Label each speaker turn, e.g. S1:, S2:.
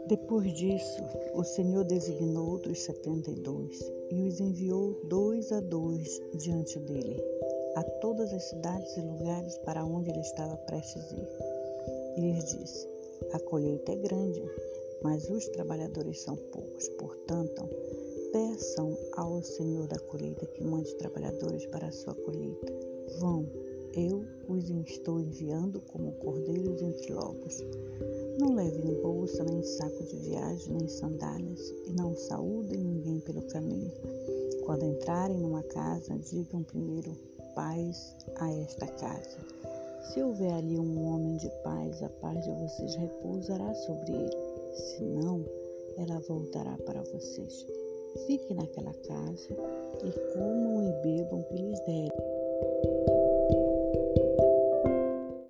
S1: Depois disso, o Senhor designou outros 72 e os enviou 2 a 2 diante dele, a todas as cidades e lugares para onde ele estava prestes a ir. E lhes disse: a colheita é grande, mas os trabalhadores são poucos. Portanto, peçam ao Senhor da colheita que mande trabalhadores para a sua colheita. Vão, eu os estou enviando como cordeiros entre lobos. Não levem bolsa, nem saco de viagem, nem sandálias, e não saúdem ninguém pelo caminho. Quando entrarem numa casa, digam primeiro: paz a esta casa. Se houver ali um homem de paz, a paz de vocês repousará sobre ele. Se não, ela voltará para vocês. Fiquem naquela casa e comam e bebam o que lhes derem.